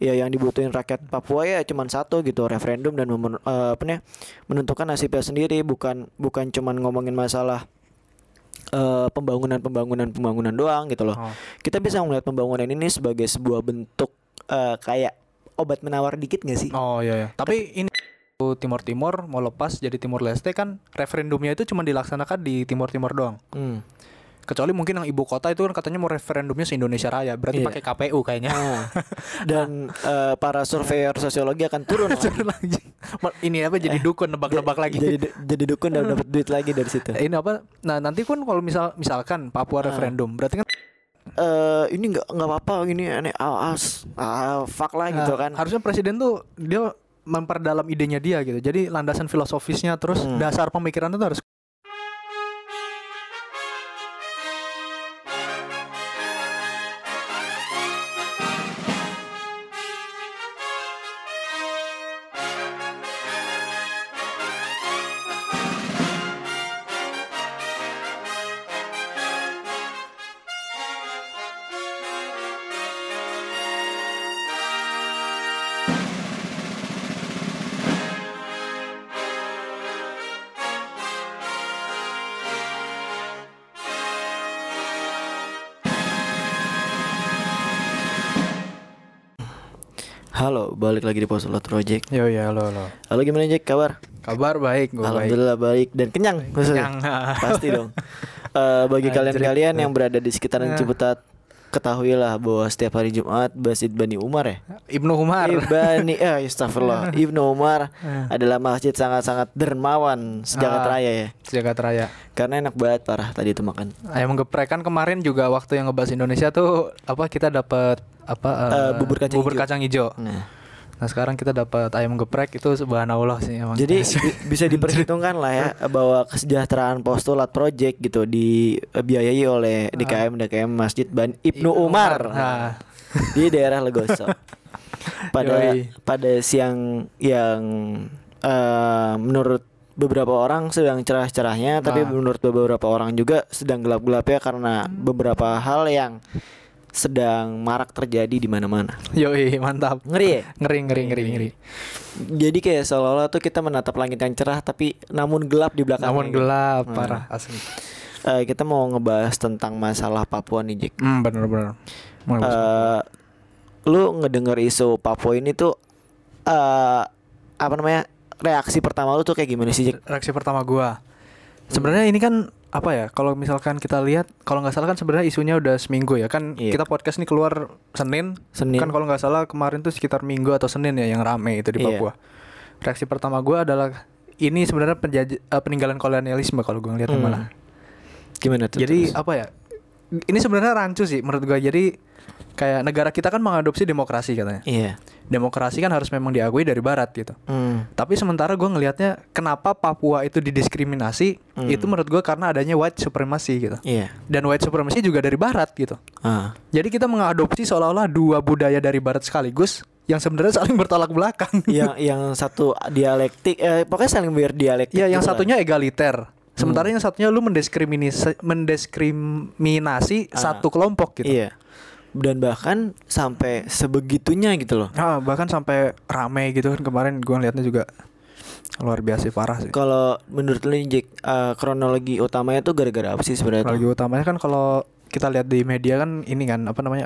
ya yang dibutuhin rakyat Papua ya cuman satu gitu, referendum dan menentukan nasibnya sendiri, bukan cuman ngomongin masalah pembangunan doang gitu loh. Kita bisa melihat pembangunan ini sebagai sebuah bentuk kayak obat menawar dikit gak sih? Oh iya. Tapi ini Timor mau lepas jadi Timor Leste kan referendumnya itu cuma dilaksanakan di Timor doang. Kecuali mungkin yang ibu kota itu kan katanya mau referendumnya se-Indonesia Raya. Berarti pakai KPU kayaknya. Dan para surveyor sosiologi akan turun lagi. Ini apa jadi dukun nebak-nebak lagi. Jadi dukun dan dapat duit lagi dari situ. Ini apa? Nah, nanti kan kalau misalkan Papua referendum, berarti kan ini nggak apa-apa, ini aneh, fuck lah gitu kan. Harusnya presiden tuh dia memperdalam idenya dia gitu. Jadi landasan filosofisnya terus dasar pemikirannya tuh harus. Halo, balik lagi di Posolot Project. Yo ya, halo. Halo, gimana Jack, kabar? Kabar baik, gue Alhamdulillah baik dan kenyang. Pasti dong. Bagi kalian yang berada di sekitaran Ciputat, ketahuilah bahwa setiap hari Jumat Masjid Bani Umar Ibnu Umar Astagfirullah Ibnu Umar adalah masjid sangat-sangat dermawan sejagat raya ya. Sejagat raya. Karena enak banget parah tadi itu makan. Ayam geprek kan kemarin juga waktu yang ngebahas Indonesia tuh kita dapat bubur kacang hijau. Nah sekarang kita dapat ayam geprek, itu subhanallah sih emang. Jadi bisa diperhitungkan lah ya bahwa kesejahteraan Postulat Project gitu dibiayai oleh DKM Masjid Ibnu Umar di daerah Legoso. Pada siang yang menurut beberapa orang sedang cerah-cerahnya, tapi menurut beberapa orang juga sedang gelap-gelapnya karena beberapa hal yang sedang marak terjadi di mana-mana. Yoi, mantap. Ngeri ya? Ngeri. Jadi kayak seolah-olah tuh kita menatap langit yang cerah tapi namun gelap di belakangnya. Namun gelap, parah asli. Kita mau ngebahas tentang masalah Papua nih, Jack. Bener. Lu ngedenger isu Papua ini tuh reaksi pertama lu tuh kayak gimana sih, Jack? Reaksi pertama gua. Sebenarnya ini kan kalau misalkan kita lihat, kalau nggak salah kan sebenarnya isunya udah seminggu ya kan. Kita podcast ini keluar Senin. Kan kalau nggak salah kemarin tuh sekitar Minggu atau Senin ya yang rame itu di Papua. Reaksi pertama gue adalah ini sebenarnya peninggalan kolonialisme kalau gue ngeliatnya malah. Gimana tuh? Jadi ini sebenarnya rancu sih menurut gue. Jadi kayak negara kita kan mengadopsi demokrasi katanya. Iya. Demokrasi kan harus memang diakui dari Barat gitu. Tapi sementara gue ngelihatnya kenapa Papua itu didiskriminasi, itu menurut gue karena adanya white supremacy gitu. Iya. Dan white supremacy juga dari Barat gitu. Jadi kita mengadopsi seolah-olah dua budaya dari Barat sekaligus yang sebenarnya saling bertolak belakang. yang satu dialektik, pokoknya saling berdialektik. Iya, yang satunya egaliter. Sementara yang satunya lu mendiskriminasi satu kelompok gitu. Iya. Dan bahkan sampai sebegitunya gitu loh. Bahkan sampai rame gitu kan kemarin gue liatnya juga luar biasa parah sih. Kalau menurut lu, Jack, kronologi utamanya tuh gara-gara apa sih sebenarnya? Kronologi utamanya kan kalau kita lihat di media kan ini kan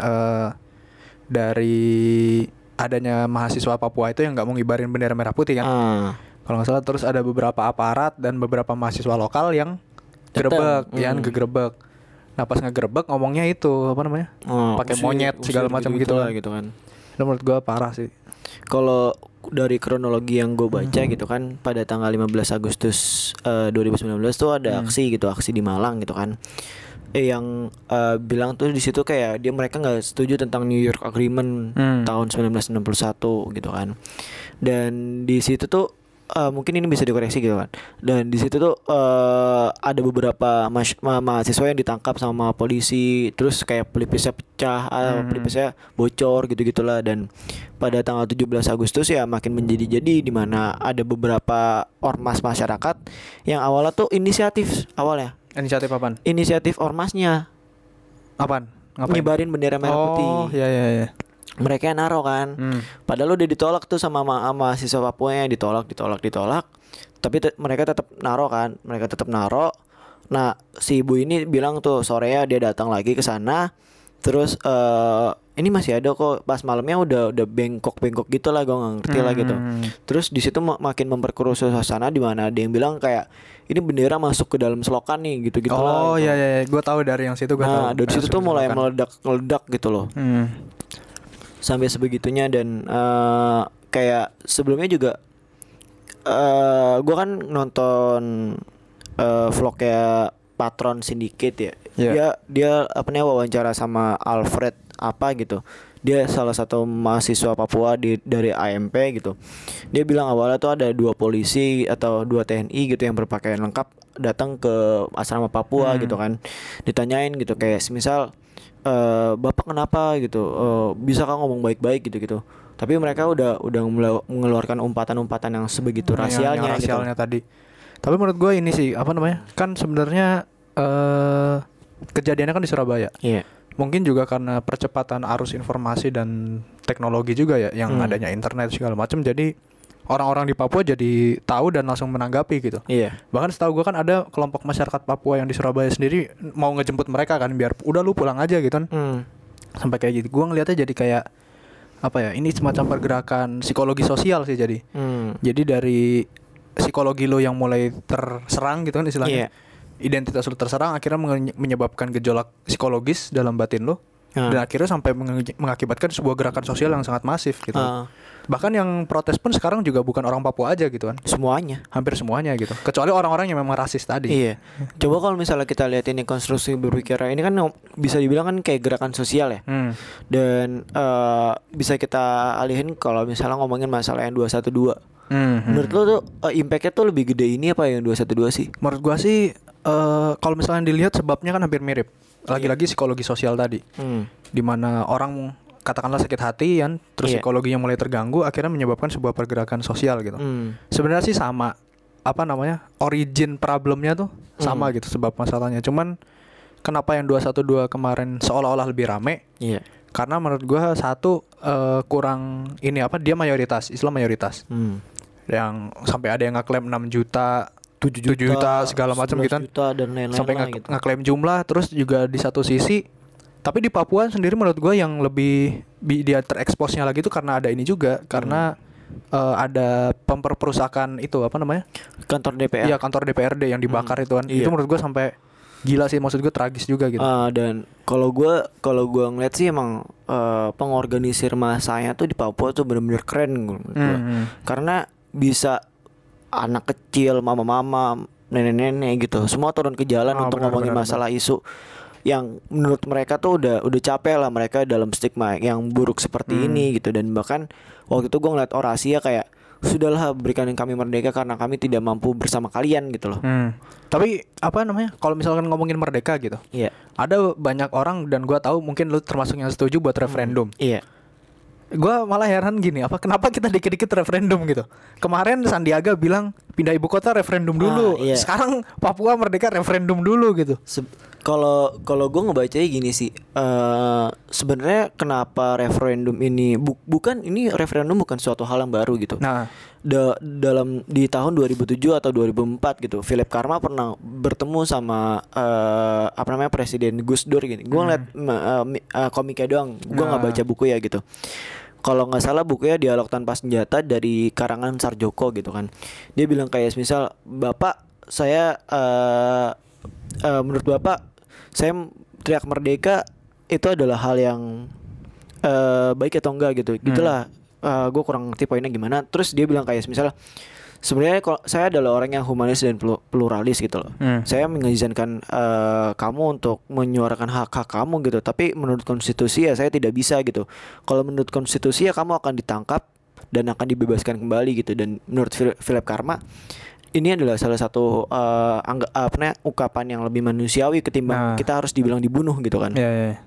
dari adanya mahasiswa Papua itu yang nggak mau ngibarin bendera merah putih kan. Kalau nggak salah, terus ada beberapa aparat dan beberapa mahasiswa lokal yang gegerebek. Nah pas ngegerebek ngomongnya itu pakai monyet segala macam gitu kan. Itu menurut gue parah sih. Kalau dari kronologi yang gue baca gitu kan, pada tanggal 15 Agustus 2019 tuh ada aksi di Malang gitu kan. Yang bilang tuh di situ kayak mereka nggak setuju tentang New York Agreement tahun 1961 gitu kan. Dan di situ tuh mungkin ini bisa dikoreksi gitu kan. Dan di situ tuh ada beberapa mahasiswa yang ditangkap sama polisi, terus kayak pelipisnya pecah, pelipisnya bocor gitu-gitulah. Dan pada tanggal 17 Agustus ya makin menjadi-jadi, di mana ada beberapa ormas masyarakat yang awalnya tuh inisiatif apaan? Inisiatif ormasnya. Apaan? Nyebarin bendera merah putih. Oh, iya. mereka yang naro kan. Padahal udah ditolak tuh sama mahasiswa Papua yang ditolak. Tapi mereka tetap naro kan. Nah, si ibu ini bilang tuh sorenya dia datang lagi ke sana. Terus ini masih ada kok, pas malamnya udah bengkok gitu lah, gue nggak ngerti lah gitu. Terus di situ makin memperkeruh suasana, di mana ada yang bilang kayak ini bendera masuk ke dalam selokan nih gitu lah. Oh iya iya, gue tahu dari yang situ gue tahu. Nah dari situ tuh mulai meledak gitu loh. Sampai sebegitunya. Dan kayak sebelumnya juga gue kan nonton vlognya Patron Syndicate ya. Dia apa namanya wawancara sama Alfred apa gitu. Dia salah satu mahasiswa Papua dari AMP gitu. Dia bilang awalnya tuh ada 2 polisi atau 2 TNI gitu yang berpakaian lengkap datang ke asrama Papua gitu kan. Ditanyain gitu kayak semisal Bapak kenapa gitu, bisa kan ngomong baik-baik gitu. Tapi mereka udah mengeluarkan umpatan-umpatan yang sebegitu rasialnya yang rasialnya gitu. tadi. Tapi menurut gue ini sih apa namanya? Kan sebenarnya kejadiannya kan di Surabaya. Iya. Mungkin juga karena percepatan arus informasi dan teknologi juga ya, yang adanya internet segala macam. Jadi orang-orang di Papua jadi tahu dan langsung menanggapi gitu. Iya. Bahkan setahu gue kan ada kelompok masyarakat Papua yang di Surabaya sendiri mau ngejemput mereka kan, biar udah lu pulang aja gitu kan. Sampai kayak gitu. Gue ngelihatnya jadi kayak apa ya? Ini semacam pergerakan psikologi sosial sih jadi. Jadi dari psikologi lo yang mulai terserang gitu kan istilahnya. Identitas lo terserang, akhirnya menyebabkan gejolak psikologis dalam batin lo. Dan akhirnya sampai mengakibatkan sebuah gerakan sosial yang sangat masif gitu. Bahkan yang protes pun sekarang juga bukan orang Papua aja gitu kan. Semuanya. Hampir semuanya gitu. Kecuali orang-orang yang memang rasis tadi. Iya. Coba kalau misalnya kita lihat ini konstruksi berpikir ini kan bisa dibilang kan kayak gerakan sosial ya. Dan bisa kita alihin kalau misalnya ngomongin masalah yang 212. Menurut lo tuh impactnya tuh lebih gede ini apa yang 212 sih? Menurut gua sih kalau misalnya dilihat sebabnya kan hampir mirip. Lagi-lagi psikologi sosial tadi. Dimana orang katakanlah sakit hati kan, terus psikologinya mulai terganggu, akhirnya menyebabkan sebuah pergerakan sosial gitu. Sebenarnya sih sama, apa namanya, origin problemnya tuh sama gitu, sebab masalahnya. Cuman kenapa yang 212 kemarin seolah-olah lebih rame? Karena menurut gua satu kurang ini apa, dia mayoritas, Islam mayoritas. Yang sampai ada yang ngeklaim 6 juta, 7 juta segala macam gitu kan. Dan lain-lain sampai gitu. ngeklaim jumlah. Terus juga di satu sisi, tapi di Papua sendiri menurut gue yang lebih dia tereksposnya lagi itu karena ada ini juga, karena ada perusakan itu apa namanya, kantor DPR. Iya, kantor DPRD yang dibakar itu kan. Itu menurut gue sampai gila sih, maksud gue tragis juga gitu. Dan kalau gue ngeliat sih emang pengorganisir masanya tuh di Papua tuh benar-benar keren gua. Karena bisa anak kecil, mama-mama, nenek-nenek gitu, semua turun ke jalan untuk ngomongin masalah isu yang menurut mereka tuh udah capek lah mereka dalam stigma yang buruk seperti ini gitu. Dan bahkan waktu itu gue ngeliat orasi ya kayak, sudahlah berikan kami merdeka karena kami tidak mampu bersama kalian gitu loh. Tapi apa namanya, kalau misalkan ngomongin merdeka gitu, ada banyak orang, dan gue tahu mungkin lu termasuk yang setuju buat referendum. Gue malah heran gini, kenapa kita dikit-dikit referendum gitu. Kemarin Sandiaga bilang pindah ibu kota referendum dulu. Sekarang Papua merdeka referendum dulu gitu. Kalau gue ngebacanya gini sih, sebenarnya kenapa referendum ini bukan suatu hal yang baru gitu. Nah, dalam di tahun 2007 atau 2004 gitu, Philip Karma pernah bertemu sama Presiden Gus Dur gini. Gue ngeliat komiknya doang, gue nggak baca buku ya gitu. Kalau nggak salah bukunya Dialog Tanpa Senjata dari karangan Sarjoko gitu kan. Dia bilang kayak misal, Bapak saya menurut Bapak saya teriak merdeka itu adalah hal yang baik atau enggak gitu. Gitulah. Gue kurang ngerti poinnya gimana. Terus dia bilang kayak misalnya, sebenarnya kalau saya adalah orang yang humanis dan pluralis gitu loh. Saya mengizinkan kamu untuk menyuarakan hak-hak kamu gitu. Tapi menurut konstitusi ya saya tidak bisa gitu. Kalau menurut konstitusi ya kamu akan ditangkap dan akan dibebaskan kembali gitu. Dan menurut Philip Karma, ini adalah salah satu ungkapan yang lebih manusiawi ketimbang kita harus dibilang dibunuh gitu kan.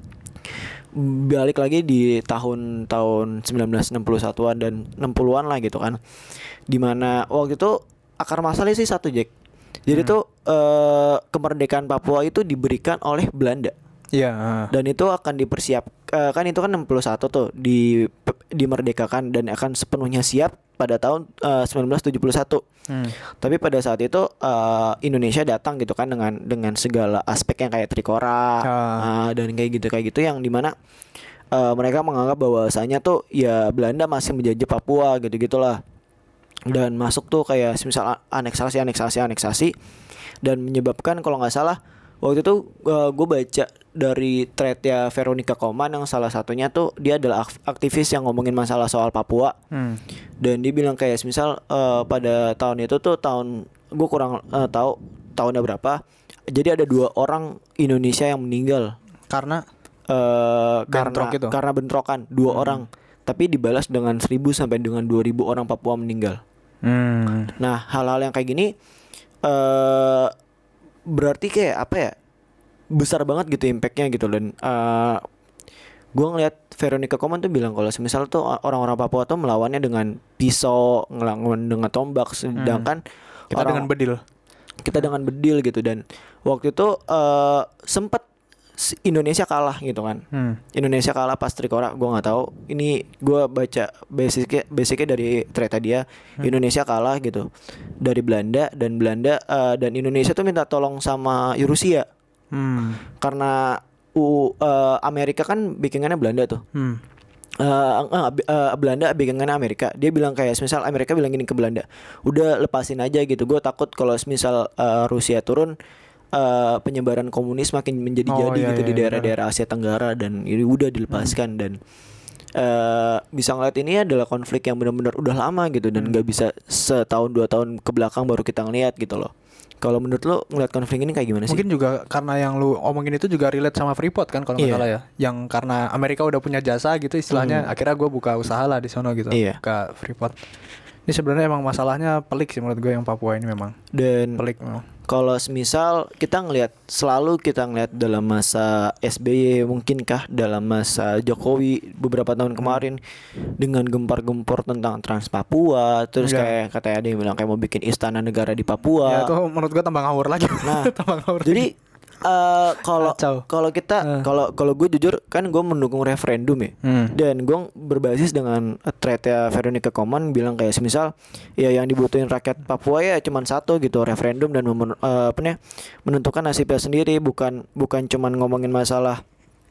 Balik lagi di tahun 1961-an dan 60-an lah gitu kan. Dimana waktu itu akar masalahnya sih satu, Jack. Jadi tuh kemerdekaan Papua itu diberikan oleh Belanda. Iya. Dan itu akan kan itu kan 61 tuh dimerdekakan dan akan sepenuhnya siap pada tahun 1971. Tapi pada saat itu Indonesia datang gitu kan dengan segala aspek yang kayak Trikora dan kayak gitu yang dimana mereka menganggap bahwasanya tuh ya Belanda masih menjajah Papua gitu-gitulah. Dan masuk tuh kayak misal aneksasi dan menyebabkan kalau nggak salah waktu itu gue baca dari threadnya Veronica Koman yang salah satunya tuh dia adalah aktivis yang ngomongin masalah soal Papua. Dan dia bilang kayak misal pada tahun itu tuh gue kurang tahu tahunnya berapa. Jadi ada 2 orang Indonesia yang meninggal karena bentrokan 2 orang. Tapi dibalas dengan 1.000 sampai dengan 2.000 orang Papua meninggal. Nah, hal-hal yang kayak gini berarti kayak apa ya, besar banget gitu impactnya gitu. Dan gue ngeliat Veronica Koman tuh bilang kalau semisal tuh orang-orang Papua tuh melawannya dengan pisau, ngelawan dengan tombak, sedangkan kita dengan bedil gitu. Dan waktu itu sempet Indonesia kalah gitu kan. Indonesia kalah pas Trikora, gue nggak tahu. Ini gue baca basicnya dari cerita dia. Indonesia kalah gitu dari Belanda dan Indonesia tuh minta tolong sama Rusia. Karena Amerika kan bikinannya Belanda tuh. Belanda bikinannya Amerika. Dia bilang kayak misal Amerika bilang gini ke Belanda, udah lepasin aja gitu. Gue takut kalau misal Rusia turun, penyebaran komunis makin menjadi di daerah-daerah Asia Tenggara. Dan ini udah dilepaskan. Dan bisa ngeliat ini adalah konflik yang benar-benar udah lama gitu. Dan gak bisa setahun 2 tahun ke belakang baru kita ngeliat gitu loh. Kalau menurut lo ngeliat konflik ini kayak gimana sih? Mungkin juga karena yang lu omongin itu juga relate sama Freeport kan kalau nggak salah ya. Yang karena Amerika udah punya jasa gitu istilahnya, akhirnya gue buka usaha lah di sono gitu. Buka Freeport. Ini sebenarnya emang masalahnya pelik sih menurut gue yang Papua ini memang. Dan pelik. Kalau misal selalu kita ngeliat dalam masa SBY, mungkinkah dalam masa Jokowi beberapa tahun kemarin dengan gempar-gempor tentang Trans Papua, terus kayak katanya ada yang bilang kayak mau bikin istana negara di Papua. Ya itu menurut gue tambah ngawur lagi. Nah, jadi kalau gue jujur kan gue mendukung referendum ya. Dan gue berbasis dengan threadnya Veronica Koman bilang kayak semisal ya yang dibutuhin rakyat Papua ya cuman satu gitu, referendum dan menentukan nasibnya sendiri, bukan cuman ngomongin masalah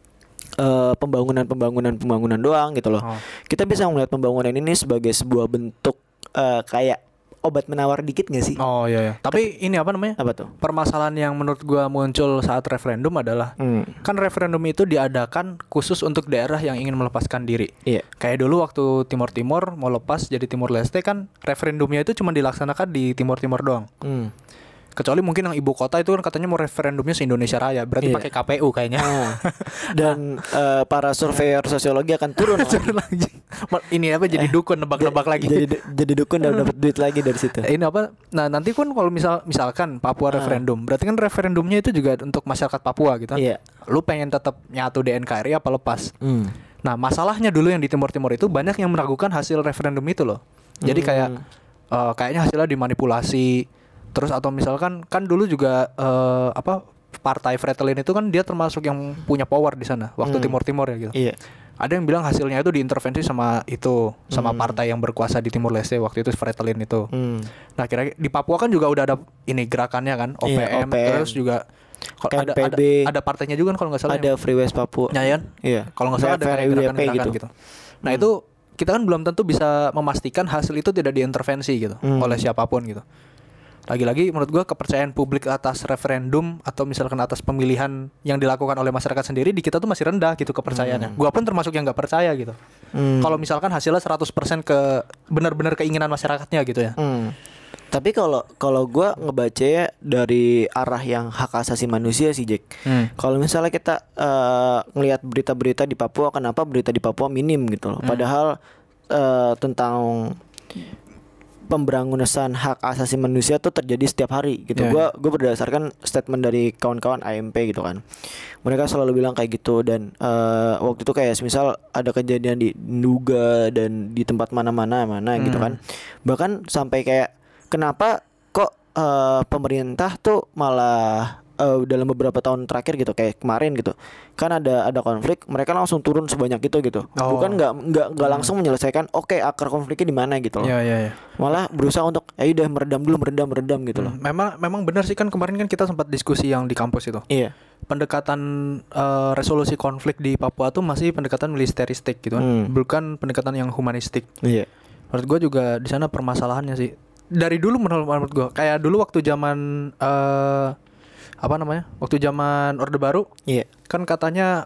pembangunan doang gitu loh. Kita bisa melihat pembangunan ini sebagai sebuah bentuk kayak obat menawar dikit gak sih? Oh iya. Tapi ini apa namanya? Apa tuh? Permasalahan yang menurut gua muncul saat referendum adalah kan referendum itu diadakan khusus untuk daerah yang ingin melepaskan diri. Iya. Kayak dulu waktu Timor Timur mau lepas jadi Timor Leste kan referendumnya itu cuma dilaksanakan di Timor Timur doang. Kecuali mungkin yang ibu kota itu kan katanya mau referendumnya se-Indonesia Raya. Berarti pakai KPU kayaknya. Dan para surveyor sosiologi akan turun lagi. Ini apa jadi dukun nebak-nebak lagi. Jadi dukun dan dapat duit lagi dari situ. Ini apa? Nah, nanti kan kalau misalkan Papua referendum, berarti kan referendumnya itu juga untuk masyarakat Papua gitu. Lu pengen tetap nyatu di NKRI apa lepas? Nah, masalahnya dulu yang di Timur-Timur itu banyak yang meragukan hasil referendum itu loh. Jadi kayak kayaknya hasilnya dimanipulasi. Terus atau misalkan kan dulu juga partai Fretilin itu kan dia termasuk yang punya power di sana waktu Timur-Timur ya gitu. Ada yang bilang hasilnya itu diintervensi sama partai yang berkuasa di Timur Leste waktu itu, Fretilin itu. Nah, kira-kira di Papua kan juga udah ada ini gerakannya kan, OPM. Terus juga ada partainya juga kan kalau nggak salah. Ada Free West Papua. Iya. Kalau nggak salah ada gerakan-gerakan gitu. Nah, itu kita kan belum tentu bisa memastikan hasil itu tidak diintervensi gitu oleh siapapun gitu. Lagi-lagi menurut gue kepercayaan publik atas referendum atau misalkan atas pemilihan yang dilakukan oleh masyarakat sendiri di kita tuh masih rendah gitu kepercayaannya. Gue pun termasuk yang gak percaya gitu. Kalau misalkan hasilnya 100% ke benar-benar keinginan masyarakatnya gitu ya. Tapi kalau gue ngebacanya dari arah yang hak asasi manusia sih, Jack. Kalau misalnya kita ngelihat berita-berita di Papua, kenapa berita di Papua minim gitu loh. Padahal tentang pemberangunan hak asasi manusia tuh terjadi setiap hari gitu. Gue berdasarkan statement dari kawan-kawan AMP gitu kan. Mereka selalu bilang kayak gitu. Dan waktu itu kayak misal ada kejadian di Nduga dan di tempat mana gitu kan. Bahkan sampai kayak kenapa kok pemerintah tuh malah dalam beberapa tahun terakhir gitu, kayak kemarin gitu kan ada konflik, mereka langsung turun sebanyak itu gitu. Bukan nggak langsung menyelesaikan akar konfliknya di mana gitu loh. Malah berusaha untuk udah meredam gitu loh. Memang benar sih, kan kemarin kan kita sempat diskusi yang di kampus itu. Iya. Pendekatan resolusi konflik di Papua tuh masih pendekatan militeristik gitu kan. Bukan pendekatan yang humanistik. Iya. Menurut gue juga di sana permasalahannya sih. Dari dulu menurut gue, kayak dulu waktu zaman waktu zaman Orde Baru, kan katanya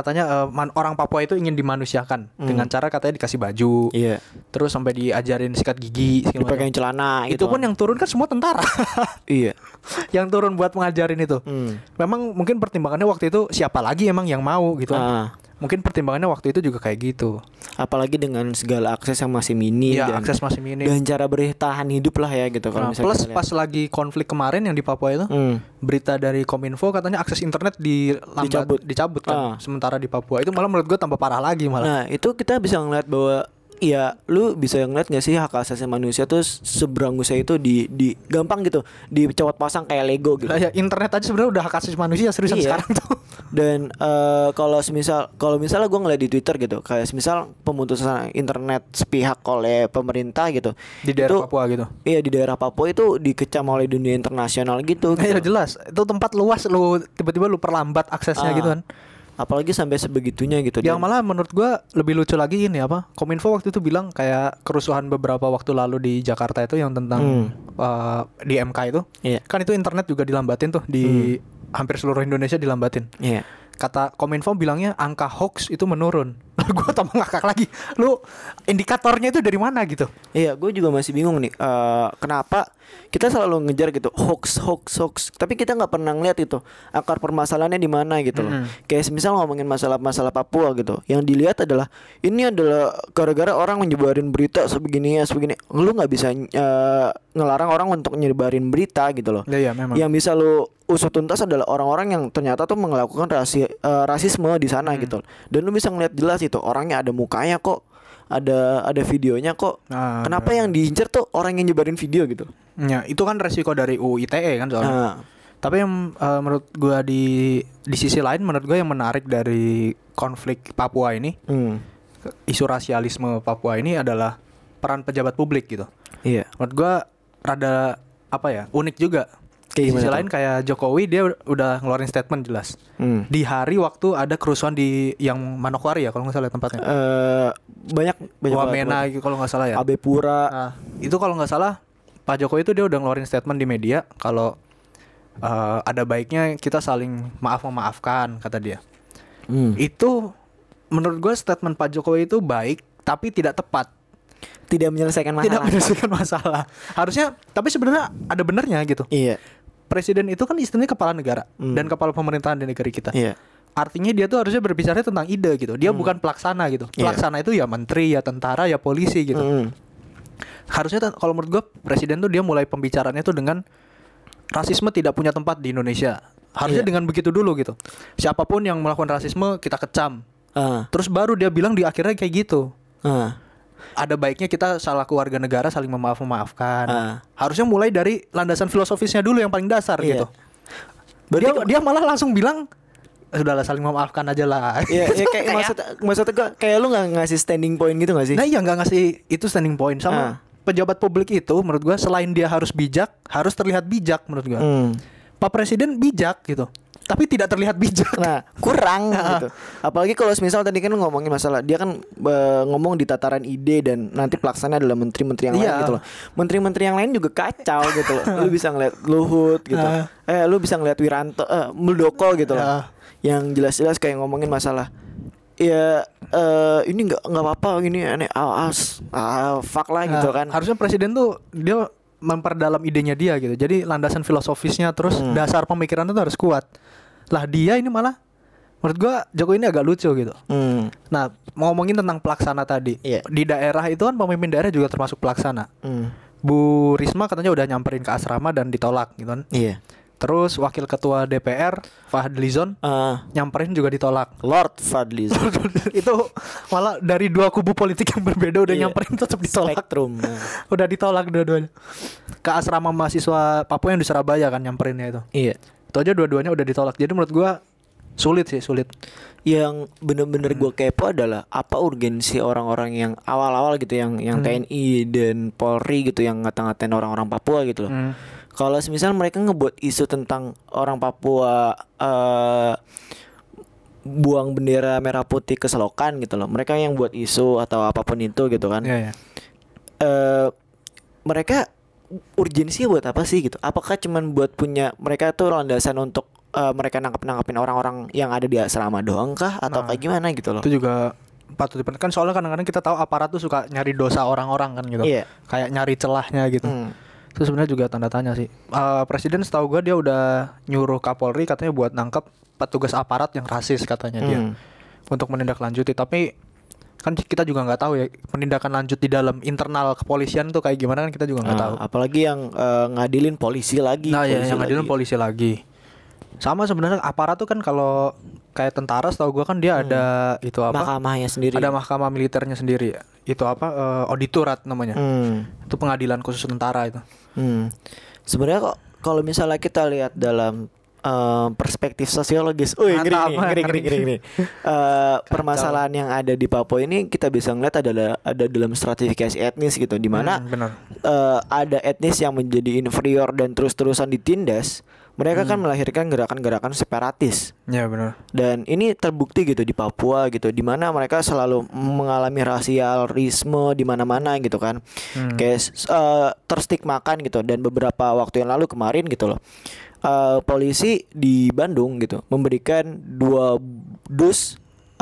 orang Papua itu ingin dimanusiakan dengan cara katanya dikasih baju, terus sampai diajarin sikat gigi, dipakein celana. Itu pun yang turun kan semua tentara. Iya. Yang turun buat mengajarin itu. Memang mungkin pertimbangannya waktu itu siapa lagi emang yang mau gitu. Mungkin pertimbangannya waktu itu juga kayak gitu. Apalagi dengan segala akses yang masih minim, akses masih minim, dan cara bertahan hidup lah ya gitu. Kalau misalnya plus pas lagi konflik kemarin yang di Papua itu, berita dari Kominfo katanya akses internet dicabut kan. Sementara di Papua itu malah menurut gue tambah parah lagi malah. Nah itu kita bisa ngeliat bahwa ya lu bisa ngeliat gak sih hak asasi manusia tuh seberangusnya itu di gampang gitu dicopot pasang kayak Lego gitu. Ya internet aja sebenarnya udah hak asasi manusia seriusan sekarang tuh. Dan kalau misalnya gue ngeliat di Twitter gitu, kayak misal pemutusan internet sepihak oleh pemerintah gitu di daerah Papua gitu. Iya, di daerah Papua itu dikecam oleh dunia internasional gitu. Ya jelas, itu tempat luas, lu tiba-tiba lu perlambat aksesnya gitu kan. Apalagi sampai sebegitunya gitu. Yang malah menurut gua lebih lucu lagi ini Kominfo waktu itu bilang kayak kerusuhan beberapa waktu lalu di Jakarta itu yang tentang di MK itu. Kan itu internet juga dilambatin tuh di hampir seluruh Indonesia dilambatin. Kata Kominfo bilangnya angka hoax itu menurun. Gue tambah ngakak lagi. Lu indikatornya itu dari mana gitu? Iya, gue juga masih bingung nih. Kenapa kita selalu ngejar gitu hoax. Tapi kita nggak pernah ngeliat itu akar permasalahannya di mana gitu loh. Kayak misal ngomongin masalah Papua gitu. Yang dilihat adalah ini adalah gara-gara orang menyebarin berita sebegini. Lu nggak bisa ngelarang orang untuk nyebarin berita gitu loh. Iya, memang. Yang bisa lu usut tuntas adalah orang-orang yang ternyata tuh melakukan rasisme di sana gitu. Dan lu bisa ngeliat jelas itu orangnya ada mukanya kok, ada videonya kok. Kenapa yang diincar tuh orang yang nyebarin video gitu? Ya itu kan resiko dari UU ITE kan soalnya. Tapi yang menurut gue di sisi lain, menurut gue yang menarik dari konflik Papua ini, isu rasialisme Papua ini adalah peran pejabat publik gitu. Iya. Menurut gue rada unik juga. Di sisi lain kayak Jokowi dia udah ngeluarin statement jelas. Di hari waktu ada kerusuhan di yang Manokwari ya kalau nggak salah tempatnya. Banyak Wamena kalau nggak salah ya. Abe Pura. Itu kalau nggak salah Pak Jokowi itu dia udah ngeluarin statement di media kalau ada baiknya kita saling memaafkan kata dia. Itu menurut gue statement Pak Jokowi itu baik tapi tidak tepat. Tidak menyelesaikan masalah. Harusnya, tapi sebenarnya ada benernya gitu. Iya. Presiden itu kan istilahnya kepala negara dan kepala pemerintahan di negeri kita. Iya. Artinya dia tuh harusnya berbicara tentang ide gitu. Dia bukan pelaksana gitu. Pelaksana itu ya menteri, ya tentara, ya polisi gitu. Harusnya kalau menurut gue presiden tuh dia mulai pembicaranya tuh dengan rasisme tidak punya tempat di Indonesia. Harusnya dengan begitu dulu gitu. Siapapun yang melakukan rasisme kita kecam. Terus baru dia bilang di akhirnya kayak gitu. Ada baiknya kita salah keluarga negara saling memaafkan. Harusnya mulai dari landasan filosofisnya dulu yang paling dasar gitu. Dia malah langsung bilang sudahlah saling memaafkan aja lah. Iya, kayak maksudnya kayak lu nggak ngasih standing point gitu nggak sih? Nah iya nggak ngasih itu standing point sama pejabat publik itu menurut gua selain dia harus bijak, harus terlihat bijak menurut gua. Pak Presiden bijak gitu. Tapi tidak terlihat bijak. Nah, kurang gitu. Apalagi kalau misal tadi kan ngomongin masalah dia kan ngomong di tataran ide dan nanti pelaksana adalah menteri-menteri yang lain gitu loh. Menteri-menteri yang lain juga kacau gitu loh. Lu bisa ngeliat Luhut gitu. Lu bisa ngeliat Wiranto, Muldoko gitu loh. Yang jelas-jelas kayak ngomongin masalah ya ini nggak apa-apa gini aneh fuck lah gitu kan. Harusnya presiden tuh dia memperdalam idenya dia gitu. Jadi landasan filosofisnya terus dasar pemikirannya tuh harus kuat. Lah dia ini malah menurut gua Jokowi ini agak lucu gitu. Nah, mau ngomongin tentang pelaksana tadi. Di daerah itu kan pemimpin daerah juga termasuk pelaksana. Bu Risma katanya udah nyamperin ke asrama dan ditolak gitu kan. Terus wakil ketua DPR Fadlizon nyamperin juga ditolak. Lord Fadlizon. Itu malah dari dua kubu politik yang berbeda udah nyamperin tetap ditolak. Spektrum. Udah ditolak dua-duanya. Ke asrama mahasiswa Papua yang di Surabaya kan nyamperinnya itu. Itu aja dua-duanya udah ditolak. Jadi menurut gue sulit. Yang bener-bener gue kepo adalah apa urgensi orang-orang yang awal-awal gitu, yang TNI dan Polri gitu, yang ngata-ngatain orang-orang Papua gitu loh. Kalau misal mereka ngebuat isu tentang orang Papua buang bendera merah putih ke selokan gitu loh, mereka yang buat isu atau apapun itu gitu kan. Mereka urgensi buat apa sih gitu? Apakah cuman buat punya mereka tuh landasan untuk mereka nangkepin orang-orang yang ada di asrama doang kah, atau kayak gimana gitu loh? Itu juga patut diperhatikan, soalnya kadang-kadang kita tahu aparat tuh suka nyari dosa orang-orang kan gitu. Kayak nyari celahnya gitu. Itu sebenarnya juga tanda tanya sih. Presiden setahu gue dia udah nyuruh Kapolri katanya buat nangkep petugas aparat yang rasis katanya dia, untuk menindaklanjuti. Tapi kan kita juga nggak tahu ya penindakan lanjut di dalam internal kepolisian tuh kayak gimana, kan kita juga nggak tahu. Apalagi yang ngadilin polisi lagi. Yang ngadilin polisi lagi. Sama sebenarnya aparat tuh kan kalau kayak tentara setahu gue kan dia ada itu apa? Mahkamahnya sendiri. Ada mahkamah militernya sendiri. Itu apa? Auditorat namanya. Itu pengadilan khusus tentara itu. Sebenarnya kok kalau misalnya kita lihat dalam perspektif sosiologis, ngeri. Permasalahan yang ada di Papua ini kita bisa ngeliat ada dalam stratifikasi etnis gitu, di mana ada etnis yang menjadi inferior dan terus-terusan ditindas. Mereka kan melahirkan gerakan-gerakan separatis. Ya benar. Dan ini terbukti gitu di Papua gitu, di mana mereka selalu mengalami rasialisme di mana-mana gitu kan. Kayak terstigmakan gitu. Dan beberapa waktu yang lalu kemarin gitu loh, polisi di Bandung gitu memberikan 2 dus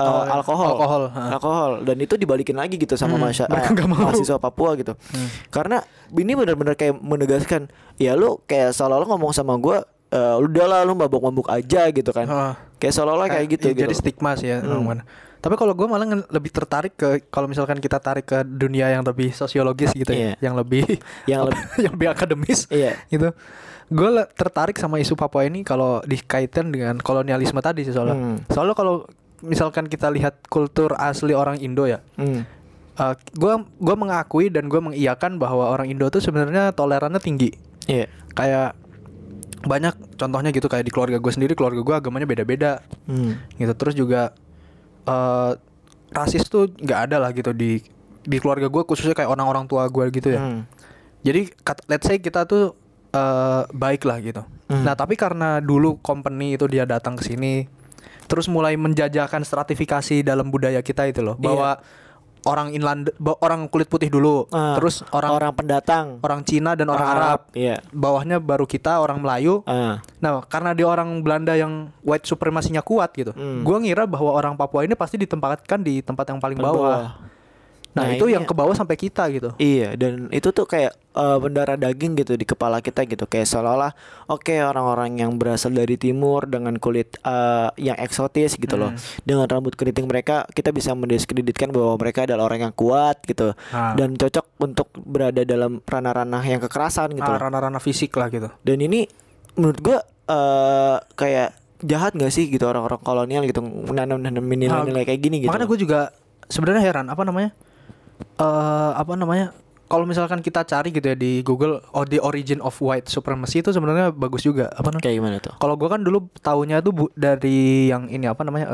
alkohol, dan itu dibalikin lagi gitu sama mahasiswa Papua gitu. Karena ini benar-benar kayak menegaskan, ya lu kayak seolah-olah ngomong sama gue, udahlah lu mabuk-mabuk aja gitu kan. Kayak seolah-olah kayak gitu. Jadi stigma sih ya. Tapi kalau gue malah lebih tertarik ke, kalau misalkan kita tarik ke dunia yang lebih sosiologis gitu ya, yang lebih akademis gitu. Gue tertarik sama isu Papua ini kalau dikaitkan dengan kolonialisme tadi sih soalnya. Soalnya kalau misalkan kita lihat kultur asli orang Indo ya, gue mengakui dan gue mengiyakan bahwa orang Indo tuh sebenarnya tolerannya tinggi. Kayak banyak contohnya gitu, kayak di keluarga gue sendiri, keluarga gue agamanya beda-beda gitu. Terus juga rasis tuh nggak ada lah gitu di keluarga gue, khususnya kayak orang-orang tua gue gitu ya. Jadi let's say kita tuh baik lah gitu. Nah tapi karena dulu company itu dia datang ke sini, terus mulai menjajakan stratifikasi dalam budaya kita itu loh, bahwa orang inland, orang kulit putih dulu, terus orang pendatang, orang Cina dan orang Arab. Bawahnya baru kita orang Melayu. Nah, karena dia orang Belanda yang white supremasinya kuat gitu. Gua ngira bahwa orang Papua ini pasti ditempatkan di tempat yang paling bawah. Nah itu yang ke bawah sampai kita gitu. Iya, dan itu tuh kayak mendarah daging gitu di kepala kita gitu. Kayak seolah-olah orang-orang yang berasal dari timur dengan kulit yang eksotis gitu loh, dengan rambut keriting mereka, kita bisa mendiskreditkan bahwa mereka adalah orang yang kuat gitu, dan cocok untuk berada dalam ranah-ranah yang kekerasan gitu. Ranah-ranah fisik lah gitu. Dan ini menurut gua kayak jahat gak sih gitu orang-orang kolonial gitu menanam-nanamin nilai-nilai kayak gini gitu. Makanya gue juga sebenarnya heran kalau misalkan kita cari gitu ya di Google, The Origin of White Supremacy itu sebenarnya bagus juga. Kayak gimana tuh? Kalau gue kan dulu taunya tuh dari yang ini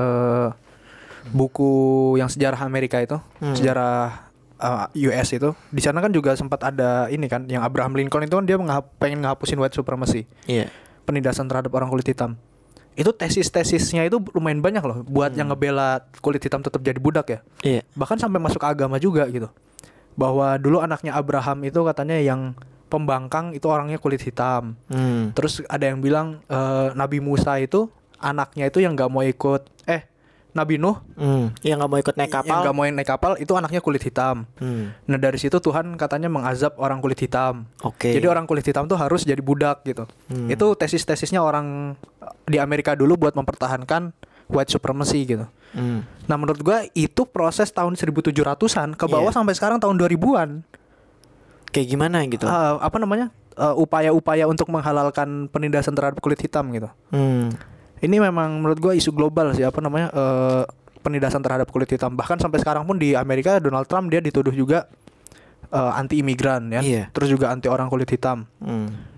buku yang sejarah Amerika itu, sejarah US itu. Di sana kan juga sempat ada ini kan, yang Abraham Lincoln itu kan dia pengen ngehapusin white supremacy. Penindasan terhadap orang kulit hitam. Itu tesis-tesisnya itu lumayan banyak loh buat yang ngebela kulit hitam tetap jadi budak ya. Bahkan sampai masuk ke agama juga gitu. Bahwa dulu anaknya Abraham itu katanya yang pembangkang itu orangnya kulit hitam. Terus ada yang bilang Nabi Musa itu anaknya itu yang nggak mau ikut Nabi Nuh yang nggak mau ikut naik kapal, yang nggak mau naik kapal itu anaknya kulit hitam. Nah dari situ Tuhan katanya mengazab orang kulit hitam. Jadi orang kulit hitam tuh harus jadi budak gitu. Itu tesis-tesisnya orang di Amerika dulu buat mempertahankan white supremacy gitu. Nah menurut gua itu proses tahun 1700-an ke bawah sampai sekarang tahun 2000-an. Kayak gimana gitu? Upaya-upaya untuk menghalalkan penindasan terhadap kulit hitam gitu. Ini memang menurut gue isu global sih, penindasan terhadap kulit hitam. Bahkan sampai sekarang pun di Amerika Donald Trump dia dituduh juga anti imigran ya. Terus juga anti orang kulit hitam.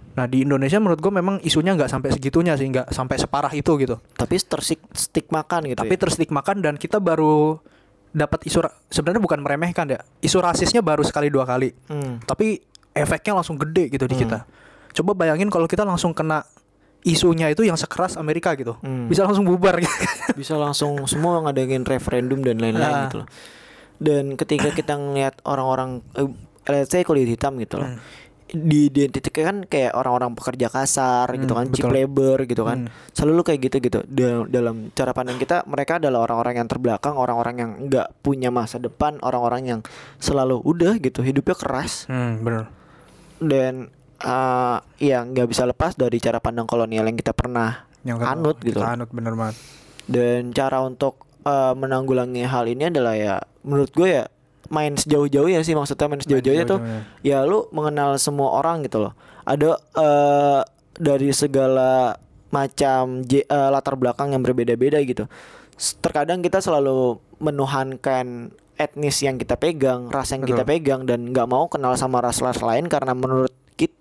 Nah di Indonesia menurut gue memang isunya nggak sampai segitunya sih, nggak sampai separah itu gitu. Tapi terstigmakan gitu. Tapi terstigmakan, dan kita baru dapat isu sebenarnya bukan meremehkan ya. Isu rasisnya baru sekali 2 kali. Tapi efeknya langsung gede gitu di kita. Coba bayangin kalau kita langsung kena isunya itu yang sekeras Amerika gitu. Bisa langsung bubar gitu. Bisa langsung semua ngadain referendum dan lain-lain gitu loh. Dan ketika kita ngeliat orang-orang let's say kulit hitam gitu loh. Diidentifikasikan kayak orang-orang pekerja kasar gitu kan, cheap labor gitu kan. Selalu kayak gitu. Dalam cara pandang kita, mereka adalah orang-orang yang terbelakang, orang-orang yang nggak punya masa depan, orang-orang yang selalu udah gitu hidupnya keras. Bener. Dan ya nggak bisa lepas dari cara pandang kolonial yang kita pernah anut gitu. Anut, bener banget. Dan cara untuk menanggulangi hal ini adalah ya menurut gue ya main sejauh-jauh ya sih, maksudnya main sejauh-jauhnya tuh ya lu mengenal semua orang gitu loh. Ada dari segala macam latar belakang yang berbeda-beda gitu. Terkadang kita selalu menuhankan etnis yang kita pegang, ras yang kita pegang, dan nggak mau kenal sama ras-ras lain karena menurut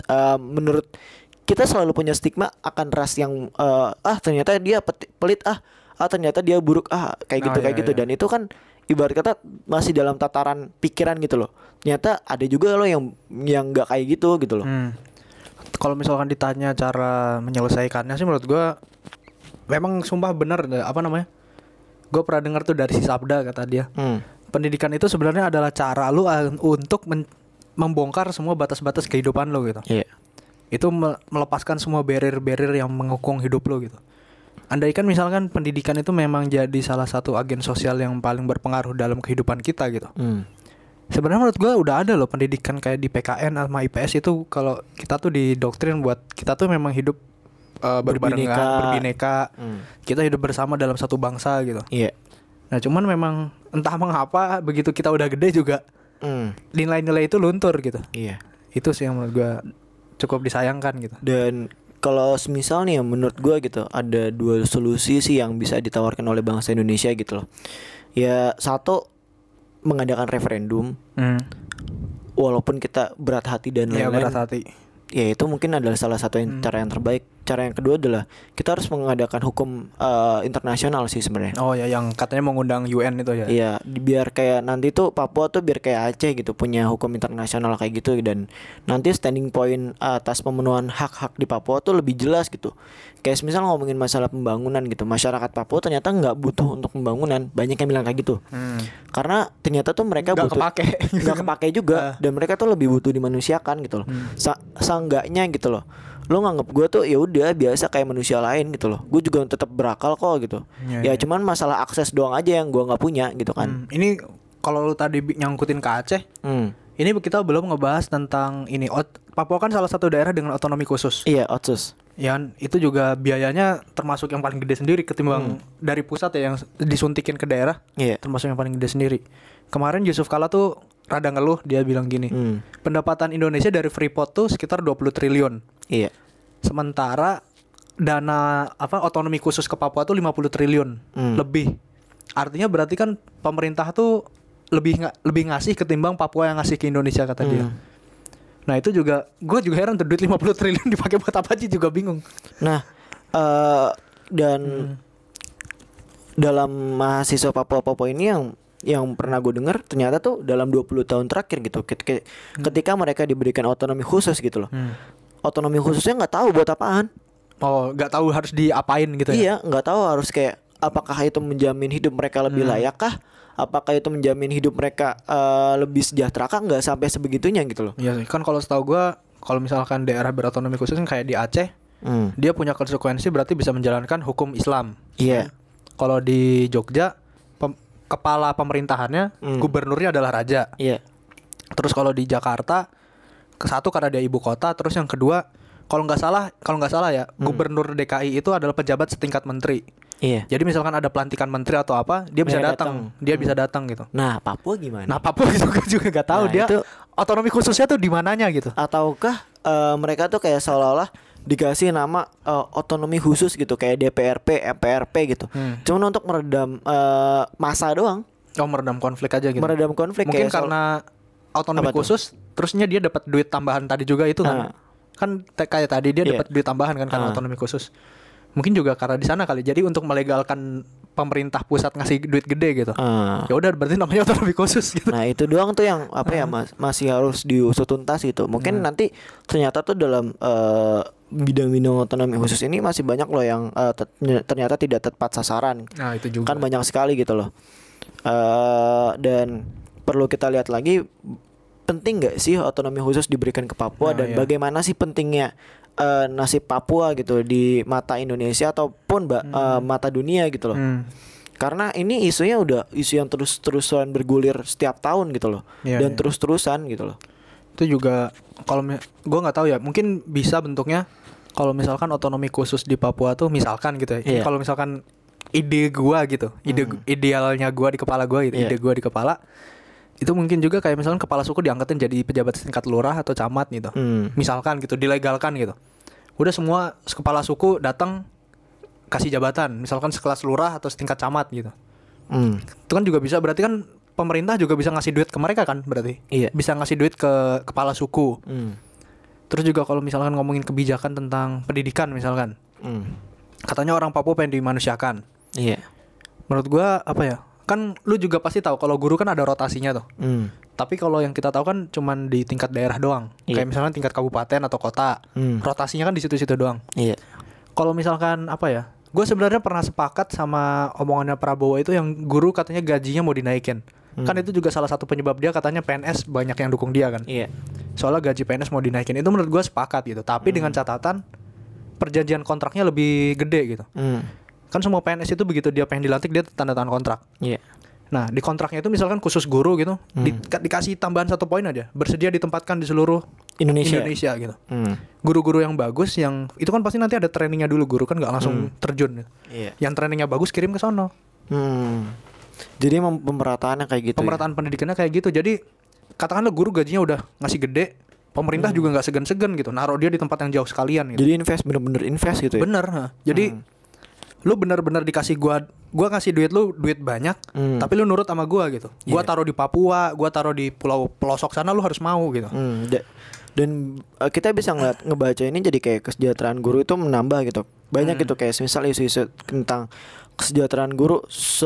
kita selalu punya stigma akan ras yang ternyata dia pelit, ternyata dia buruk, kayak gitu. Dan itu kan ibarat kata masih dalam tataran pikiran gitu loh. Ternyata ada juga loh yang nggak kayak gitu loh. Kalau misalkan ditanya cara menyelesaikannya sih, menurut gue memang sumpah bener, apa namanya, gue pernah dengar tuh dari si Sabda, kata dia, pendidikan itu sebenarnya adalah cara lu untuk membongkar semua batas-batas kehidupan lo gitu. Itu melepaskan semua barrier-barrier yang menghukum hidup lo gitu. Andaikan misalkan pendidikan itu memang jadi salah satu agen sosial yang paling berpengaruh dalam kehidupan kita gitu. Sebenarnya menurut gue udah ada loh pendidikan kayak di PKN sama IPS itu, kalau kita tuh didoktrin buat kita tuh memang hidup berbineka. Kita hidup bersama dalam satu bangsa gitu. Nah cuman memang entah mengapa begitu kita udah gede juga nilai-nilai itu luntur gitu. Itu sih yang menurut gue cukup disayangkan gitu. Dan kalau semisal nih ya, menurut gue gitu ada 2 solusi sih yang bisa ditawarkan oleh bangsa Indonesia gitu loh. Ya satu, mengadakan referendum. Walaupun kita berat hati dan lain-lain. Berat hati. Ya itu mungkin adalah salah satu cara yang terbaik. Cara yang kedua adalah kita harus mengadakan hukum internasional sih sebenarnya. Oh ya, yang katanya mengundang UN itu ya. Iya, biar kayak nanti tuh Papua tuh biar kayak Aceh gitu, punya hukum internasional kayak gitu, dan nanti standing point atas pemenuhan hak-hak di Papua tuh lebih jelas gitu. Kayak misal ngomongin masalah pembangunan gitu, masyarakat Papua ternyata nggak butuh untuk pembangunan, banyak yang bilang kayak gitu. Karena ternyata tuh mereka nggak kepake juga, dan mereka tuh lebih butuh dimanusiakan gitu loh. Seenggaknya gitu loh. Lo nganggep gue tuh ya udah biasa kayak manusia lain gitu loh. Gue juga tetap berakal kok gitu. Ya cuman masalah akses doang aja yang gue nggak punya gitu kan. Ini kalau lo tadi nyangkutin ke Aceh, ini kita belum ngebahas tentang ini. Papua kan salah satu daerah dengan otonomi khusus. Iya, otsus. Ya itu juga biayanya termasuk yang paling gede sendiri ketimbang dari pusat ya, yang disuntikin ke daerah. Termasuk yang paling gede sendiri. Kemarin Yusuf Kala tuh rada ngeluh, dia bilang gini, pendapatan Indonesia dari Freeport tuh sekitar 20 triliun. Sementara dana otonomi khusus ke Papua tuh 50 triliun lebih. Artinya berarti kan pemerintah tuh lebih ngasih ketimbang Papua yang ngasih ke Indonesia, kata dia. Nah itu juga gue juga heran tuh, duit 50 triliun dipakai buat apa aja juga bingung. Nah dan dalam mahasiswa Papua ini yang pernah gue dengar, ternyata tuh dalam 20 tahun terakhir gitu, ketika mereka diberikan otonomi khusus gitu loh, otonomi khususnya nggak tahu buat apaan. Oh, nggak tahu harus diapain gitu ya? Iya, nggak tahu harus kayak apakah itu menjamin hidup mereka lebih layak kah? Apakah itu menjamin hidup mereka lebih sejahtera kah? Nggak sampai sebegitunya gitu loh. Iya kan, kalau setahu gue, kalau misalkan daerah berotonomi khusus kan kayak di Aceh, dia punya konsekuensi berarti bisa menjalankan hukum Islam. Kalau di Jogja, kepala pemerintahannya gubernurnya adalah raja. Terus kalau di Jakarta, satu karena dia ibu kota, terus yang kedua kalau nggak salah ya, gubernur DKI itu adalah pejabat setingkat menteri. Jadi misalkan ada pelantikan menteri atau apa, dia bisa datang. Dia bisa datang gitu. Nah, Papua gimana? Nah, Papua juga nggak tahu dia itu otonomi khususnya tuh di mananya gitu. Ataukah mereka tuh kayak seolah-olah dikasih nama otonomi khusus gitu, kayak DPRP, MPRP gitu. Cuman untuk meredam massa doang. Meredam konflik aja gitu. Meredam konflik. Mungkin karena otonomi khusus, terusnya dia dapat duit tambahan tadi juga itu kan. kan kayak tadi dia dapat duit tambahan kan karena otonomi khusus. Mungkin juga karena di sana kali. Jadi untuk melegalkan pemerintah pusat ngasih duit gede gitu. Ya udah berarti namanya otonomi khusus gitu. Nah, itu doang tuh yang apa ya masih harus diusut tuntas gitu. Mungkin nanti ternyata tuh dalam bidang-bidang otonomi khusus ini masih banyak loh yang ternyata tidak tepat sasaran. Nah, itu juga. Kan banyak sekali gitu loh. Dan perlu kita lihat lagi, penting nggak sih otonomi khusus diberikan ke Papua, dan bagaimana sih pentingnya nasib Papua gitu di mata Indonesia ataupun mata dunia gitu loh. Karena ini isunya udah isu yang terus-terusan bergulir setiap tahun gitu loh. Dan terus-terusan gitu loh. Itu juga kalau gue nggak tahu ya, mungkin bisa bentuknya kalau misalkan otonomi khusus di Papua tuh misalkan gitu ya. Kalau misalkan ide gua gitu, idealnya gua di kepala gua gitu, ide gua di kepala itu mungkin juga kayak misalkan kepala suku diangkatin jadi pejabat setingkat lurah atau camat gitu. Misalkan gitu, dilegalkan gitu. Udah semua kepala suku datang kasih jabatan, misalkan sekelas lurah atau setingkat camat gitu. Itu kan juga bisa, berarti kan pemerintah juga bisa ngasih duit ke mereka kan berarti. Bisa ngasih duit ke kepala suku. Terus juga kalau misalkan ngomongin kebijakan tentang pendidikan misalkan. Katanya orang Papua pengen dimanusiakan. Menurut gua apa ya? Kan lu juga pasti tahu kalau guru kan ada rotasinya tuh. Tapi kalau yang kita tahu kan cuman di tingkat daerah doang. Kayak misalnya tingkat kabupaten atau kota. Rotasinya kan di situ-situ doang. Kalau misalkan apa ya? Gue sebenarnya pernah sepakat sama omongannya Prabowo itu yang guru katanya gajinya mau dinaikin. Kan itu juga salah satu penyebab dia katanya PNS banyak yang dukung dia kan. Soalnya gaji PNS mau dinaikin. Itu menurut gue sepakat gitu. Tapi dengan catatan perjanjian kontraknya lebih gede gitu. Kan semua PNS itu begitu dia pengen dilantik dia tanda tangan kontrak. Nah di kontraknya itu misalkan khusus guru gitu dikasih tambahan 1 poin aja, bersedia ditempatkan di seluruh Indonesia gitu. Guru-guru yang bagus yang itu kan pasti nanti ada trainingnya dulu, guru kan nggak langsung terjun gitu. Yang trainingnya bagus kirim ke sono. Jadi pemerataannya kayak gitu. Pemerataan pendidikannya kayak gitu. Jadi katakanlah guru gajinya udah ngasih gede, pemerintah juga nggak segan-segan gitu naruh dia di tempat yang jauh sekalian gitu. Jadi bener-bener invest gitu ya. Bener. Jadi lu benar-benar dikasih gua ngasih duit lu duit banyak, tapi lu nurut sama gua gitu. Gua taruh di Papua, gua taruh di pulau pelosok sana, lu harus mau gitu. Dan kita bisa ngebaca ini jadi kayak kesejahteraan guru itu menambah gitu. Banyak gitu kayak misal isu-isu tentang kesejahteraan guru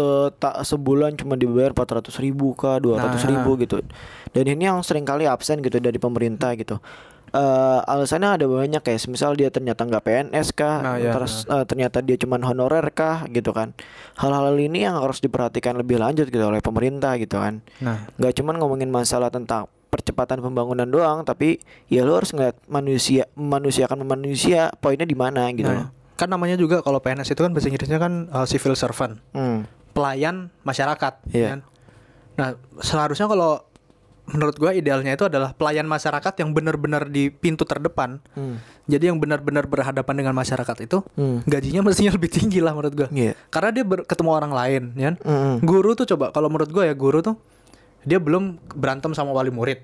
sebulan cuma dibayar 400.000 kah 200.000 gitu. Dan ini yang sering kali absen gitu dari pemerintah gitu. Alasannya ada banyak kayak misal dia ternyata nggak PNS kah, ternyata dia cuman honorer kah gitu kan. Hal-hal ini yang harus diperhatikan lebih lanjut gitu oleh pemerintah gitu kan. Nggak cuman ngomongin masalah tentang percepatan pembangunan doang, tapi ya lo harus ngeliat memanusiakan manusia, poinnya di mana gitu loh. Kan namanya juga kalau PNS itu kan bahasa Inggrisnya kan civil servant, pelayan masyarakat kan. Nah seharusnya kalau menurut gue idealnya itu adalah pelayan masyarakat yang benar-benar di pintu terdepan. Jadi yang benar-benar berhadapan dengan masyarakat itu gajinya mestinya lebih tinggi lah menurut gue. Karena dia ketemu orang lain kan. Guru tuh coba kalau menurut gue ya, guru tuh dia belum berantem sama wali murid.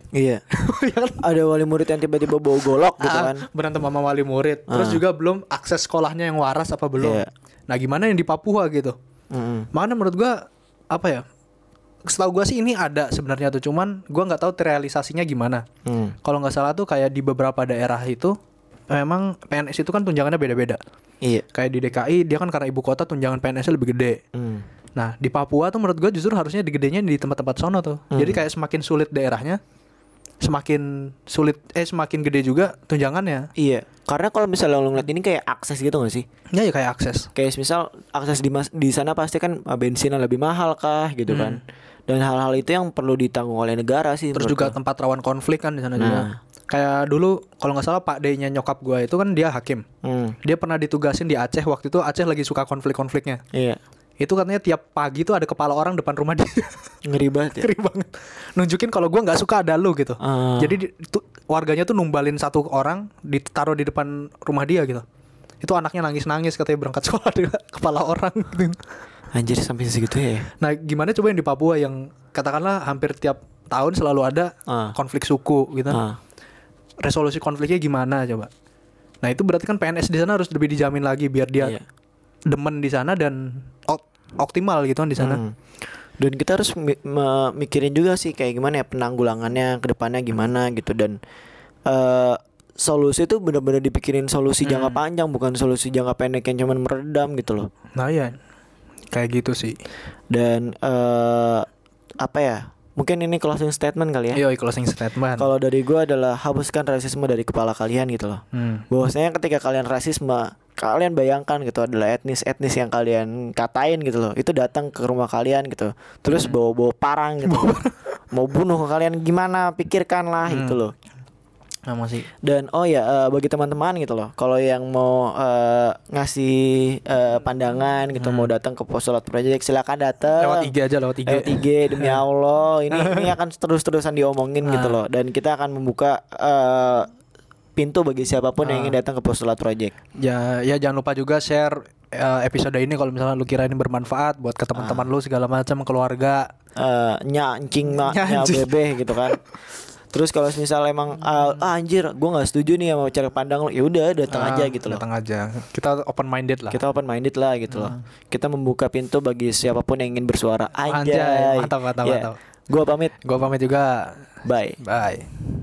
Ada wali murid yang tiba-tiba bawa golok gitu kan. Berantem sama wali murid. Terus juga belum akses sekolahnya yang waras apa belum. Nah gimana yang di Papua gitu. Makanya menurut gue apa ya, setahu gue sih ini ada sebenarnya tuh, cuman gue nggak tahu realisasinya gimana. Kalau nggak salah tuh kayak di beberapa daerah itu memang PNS itu kan tunjangannya beda-beda. Kayak di DKI dia kan karena ibu kota tunjangan PNS-nya lebih gede. Nah di Papua tuh menurut gue justru harusnya digedenya di tempat-tempat sono tuh. Jadi kayak semakin sulit daerahnya, semakin gede juga tunjangannya. Karena kalau misalnya lo ngeliat ini kayak akses gitu gak sih? Ya kayak akses. Kayak misal akses di sana pasti kan bensinnya lebih mahal kah gitu kan. Dan hal-hal itu yang perlu ditanggung oleh negara sih. Terus juga tempat rawan konflik kan di sana juga. Kayak dulu kalau nggak salah Pak D-nya nyokap gue itu kan dia hakim. Dia pernah ditugasin di Aceh, waktu itu Aceh lagi suka konflik-konfliknya. Itu katanya tiap pagi tuh ada kepala orang depan rumah dia. Ngeri banget ya. Ngeri banget. Nunjukin kalau gue nggak suka ada lu gitu. Jadi warganya tuh numbalin satu orang ditaruh di depan rumah dia gitu. Itu anaknya nangis-nangis katanya berangkat sekolah dengan kepala orang gitu. Anjir sampai segitu ya. Nah gimana coba yang di Papua yang katakanlah hampir tiap tahun selalu ada konflik suku gitu. Resolusi konfliknya gimana coba. Nah itu berarti kan PNS di sana harus lebih dijamin lagi biar dia demen di sana dan optimal gitu kan di sana. Dan kita harus mikirin juga sih kayak gimana ya penanggulangannya ke depannya gimana gitu. Dan solusi itu benar-benar dipikirin solusi jangka panjang, bukan solusi jangka pendek yang cuman meredam gitu loh. Nah ya, kayak gitu sih. Dan apa ya? Mungkin ini closing statement kali ya. Iya, closing statement. Kalau dari gue adalah hapuskan rasisme dari kepala kalian gitu loh. Bahwasanya ketika kalian rasisme, kalian bayangkan gitu adalah etnis yang kalian katain gitu loh. Itu datang ke rumah kalian gitu. Terus bawa parang gitu. Mau bunuh kalian gimana? Pikirkanlah gitu loh. Masih. Dan bagi teman-teman gitu loh, kalau yang mau ngasih pandangan gitu, mau datang ke Postulat Project, silakan datang. Lewat IG aja, lewat IG demi Allah. Ini akan terus-terusan diomongin gitu loh, dan kita akan membuka pintu bagi siapapun yang ingin datang ke Postulat Project. Ya jangan lupa juga share episode ini kalau misalnya lu kira ini bermanfaat buat ke teman-teman lu segala macam, keluarga. Nyancing bebe gitu kan. Terus kalau misal emang anjir gue nggak setuju nih sama cara pandang lo, ya udah datang aja gitu loh. Datang aja. Kita open minded lah gitu loh. Kita membuka pintu bagi siapapun yang ingin bersuara. Anjay. Mantap. Gue pamit juga. Bye.